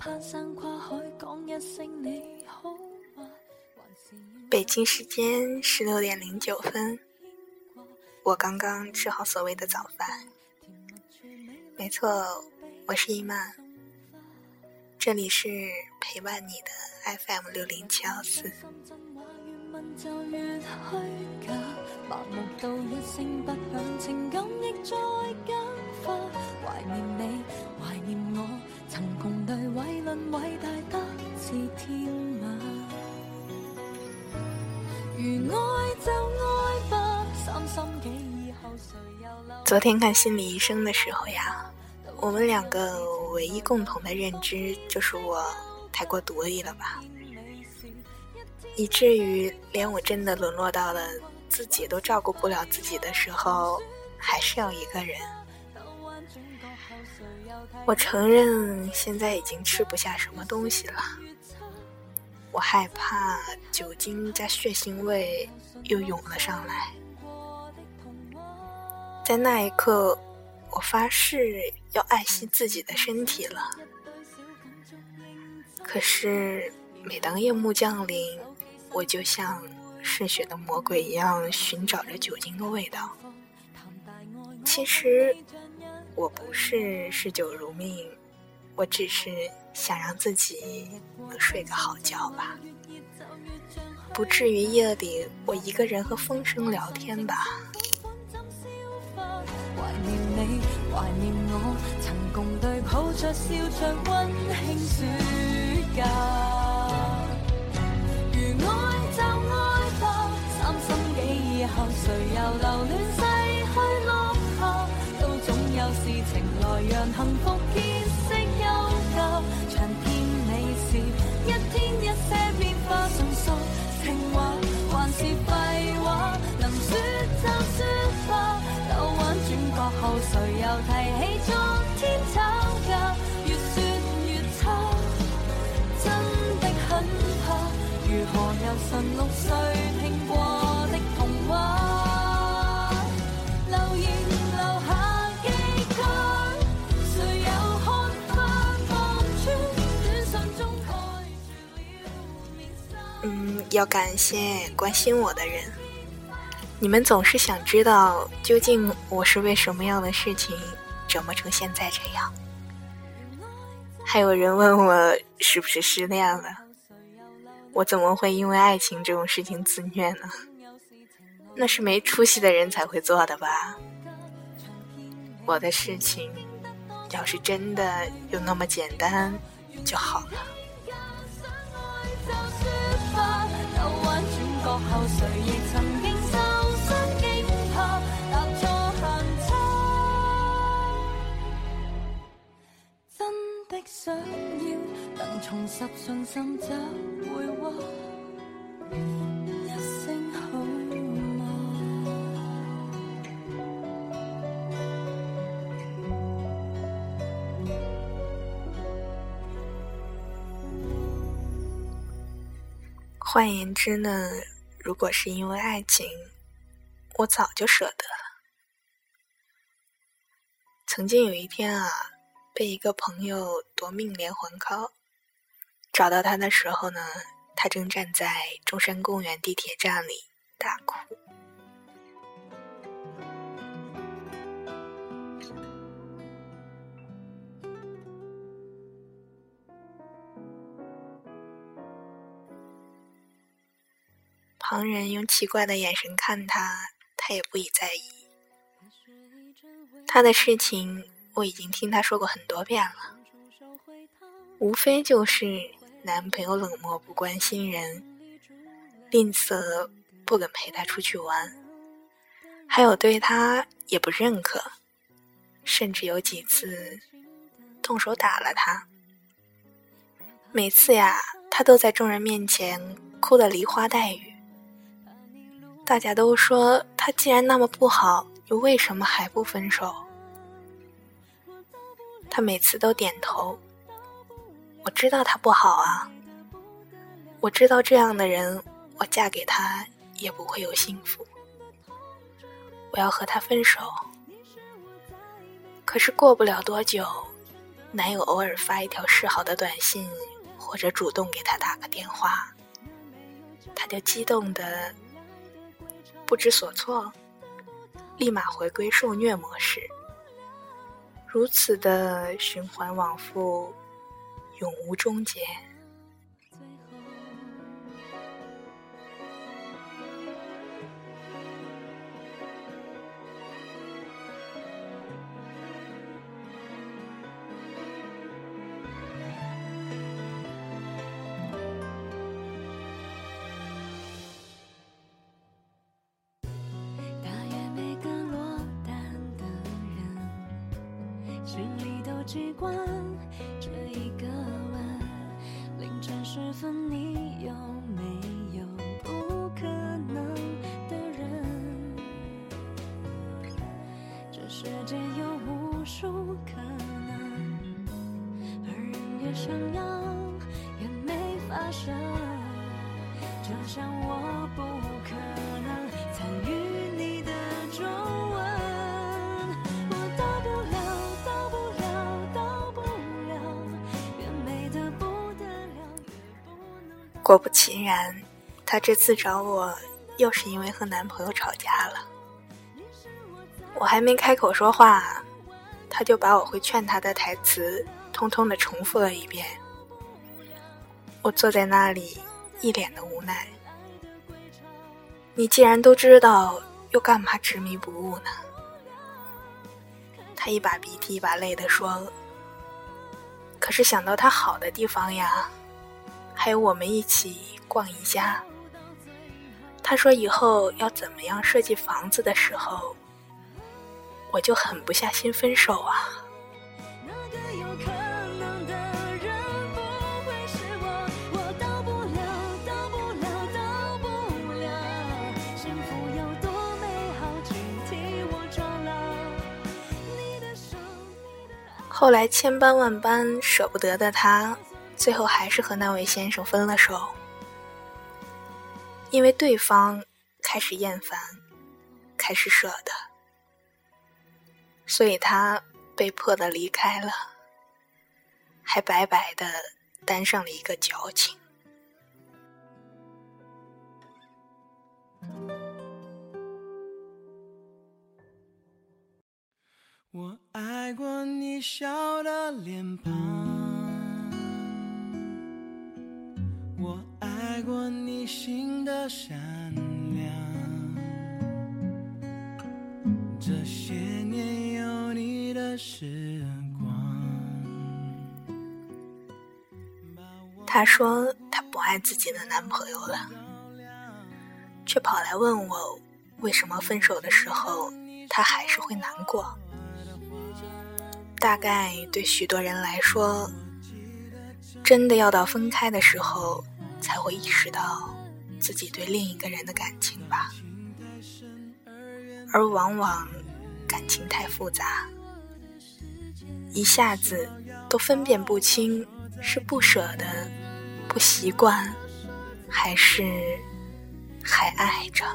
北京时间16:09，我刚刚吃好所谓的早饭。没错，我是伊曼，这里是陪伴你的 FM60724。昨天看心理医生的时候呀，我们两个唯一共同的认知就是我太过独立了吧，以至于连我真的沦落到了自己都照顾不了自己的时候，还是要一个人。我承认现在已经吃不下什么东西了，我害怕酒精加血腥味又涌了上来。在那一刻，我发誓要爱惜自己的身体了。可是每当夜幕降临，我就像嗜血的魔鬼一样寻找着酒精的味道。其实我不是嗜酒如命，我只是想让自己能睡个好觉吧，不至于夜里我一个人和风声聊天吧。 懷念我曾共對抱着笑着溫馨暑假，如愛就愛吧，3心幾以後誰又留戀逝去落霞，都總有事情來讓幸福結識休假，長天美事一天一些變化，純屬情話還是廢話，能說就說吧，兜彎轉角後誰又提起昨天吵架，越說越差，真的很怕，如何又順6歲聽過的童話，留言留下記掛，誰又看翻望穿短信中蓋住了面紗。 要感謝關心我的人，你們總是想知道究竟我是為什麼樣的事情折磨成現在這樣。還有人問我是不是失戀了，我怎麼會因為愛情這種事情自虐呢？那是沒出息的人才會做的吧。我的事情要是真的有那麼簡單就好了。 想要能重拾信心找回話一聲好嗎？ 換言之呢，如果是因為愛情，我早就捨得了。曾經有一天啊，被一個朋友奪命連環 call， 找到他的時候呢，他正站在中山公園地鐵站裡大哭。旁人用奇怪的眼神看他，他也不以在意。他的事情我已經聽他說過很多遍了，無非就是男朋友冷漠不關心人，吝嗇不肯陪他出去玩，還有對他也不認可，甚至有幾次動手打了他。每次呀，他都在眾人面前哭得梨花帶雨。大家都說他既然那麼不好，又為什麼還不分手？他每次都點頭，我知道他不好啊，我知道這樣的人，我嫁給他也不會有幸福，我要和他分手。可是過不了多久， 男友偶尔发一条示好的短信，或者主动给他打个电话，他就激动的不知所措，立马回归受虐模式，如此的循环往复，永无终结。 心里都习惯这一个吻，凌晨时分你有没有不可能的人？这世界有无数可能，而人越想要也没发生，就像我不可能参与你的皱纹。 果不其然，她这次找我又是因为和男朋友吵架了。我还没开口说话，她就把我会劝她的台词通通的重复了一遍。我坐在那里一脸的无奈。你既然都知道，又干嘛执迷不悟呢？她一把鼻涕一把泪地说，可是想到她好的地方呀，还有我们一起逛宜家。他说以后要怎么样设计房子的时候，我就狠不下心分手啊。 那个有可能的人不会是我，我到不了，到不了，到不了。幸福有多美好，请替我抓牢你的手，你的爱。 后来千般万般舍不得的他，最后还是和那位先生分了手，因为对方开始厌烦，开始舍得，所以他被迫的离开了，还白白的担上了一个矫情。 我爱过你笑的脸庞，我爱过你心的善良，这些年有你的时光。 她说她不爱自己的男朋友了，却跑来问我为什么分手的时候她还是会难过。大概对许多人来说，真的要到分开的时候才会意识到自己对另一个人的感情吧，而往往感情太复杂，一下子都分辨不清是不舍得、不习惯，还是还爱着。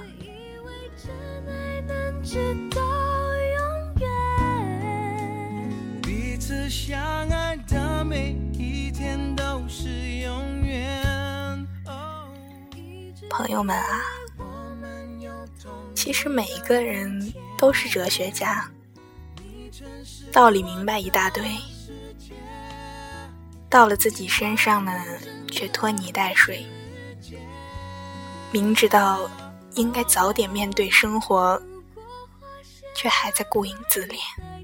彼此相爱的每一天都是永远。 朋友们啊，其实每一个人都是哲学家，道理明白一大堆，到了自己身上呢，却拖泥带水，明知道应该早点面对生活，却还在顾影自怜。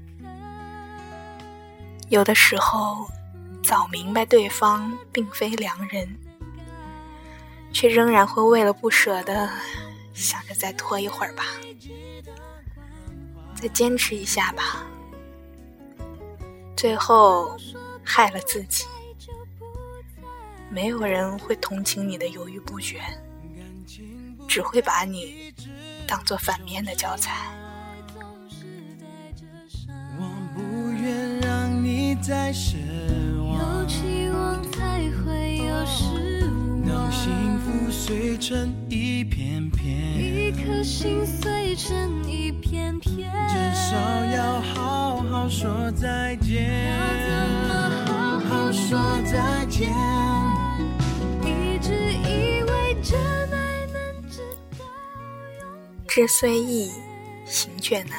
有的时候早明白对方并非良人，却仍然会为了不舍得想着再拖一会儿吧，再坚持一下吧，最后害了自己。没有人会同情你的犹豫不决，只会把你当作反面的教材。 我不愿让你再失望， 有期望才会有失望。 幸福碎成一片片， 一颗心碎成一片片， 至少要好好说再见， 要怎么好好说再见？一直以为真爱能直到志虽易，行却难，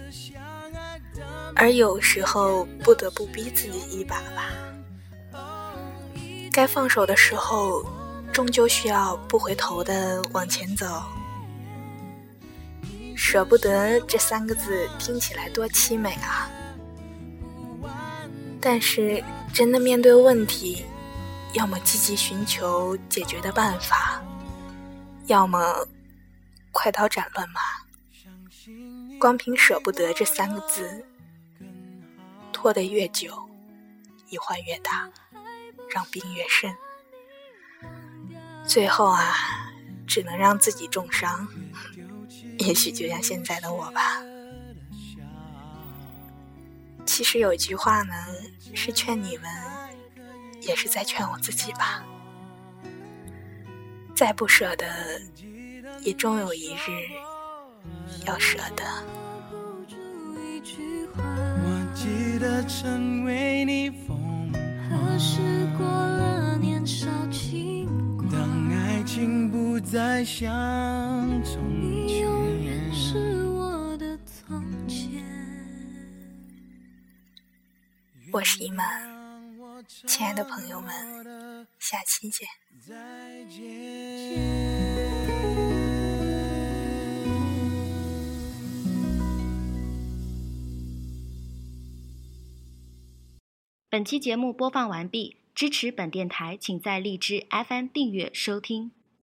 而有时候不得不逼自己一把吧。该放手的时候，终究需要不回头的往前走。舍不得这3个字听起来多凄美啊！但是真的面对问题，要么积极寻求解决的办法，要么快刀斩乱麻。光凭舍不得这3个字，拖得越久，隐患越大，让病越深，最后啊，只能让自己重伤。也许就像现在的我吧。其实有一句话呢，是劝你们，也是在劝我自己吧。再不舍得，也终有一日要舍得。 我记得曾为你疯狂， 何时过了年少轻狂， 当爱情不再像从你前， 永远是我的从前。 我是伊曼，亲爱的朋友们，下期见。 再见。 本期节目播放完毕，支持本电台请在荔枝 FM 订阅收听。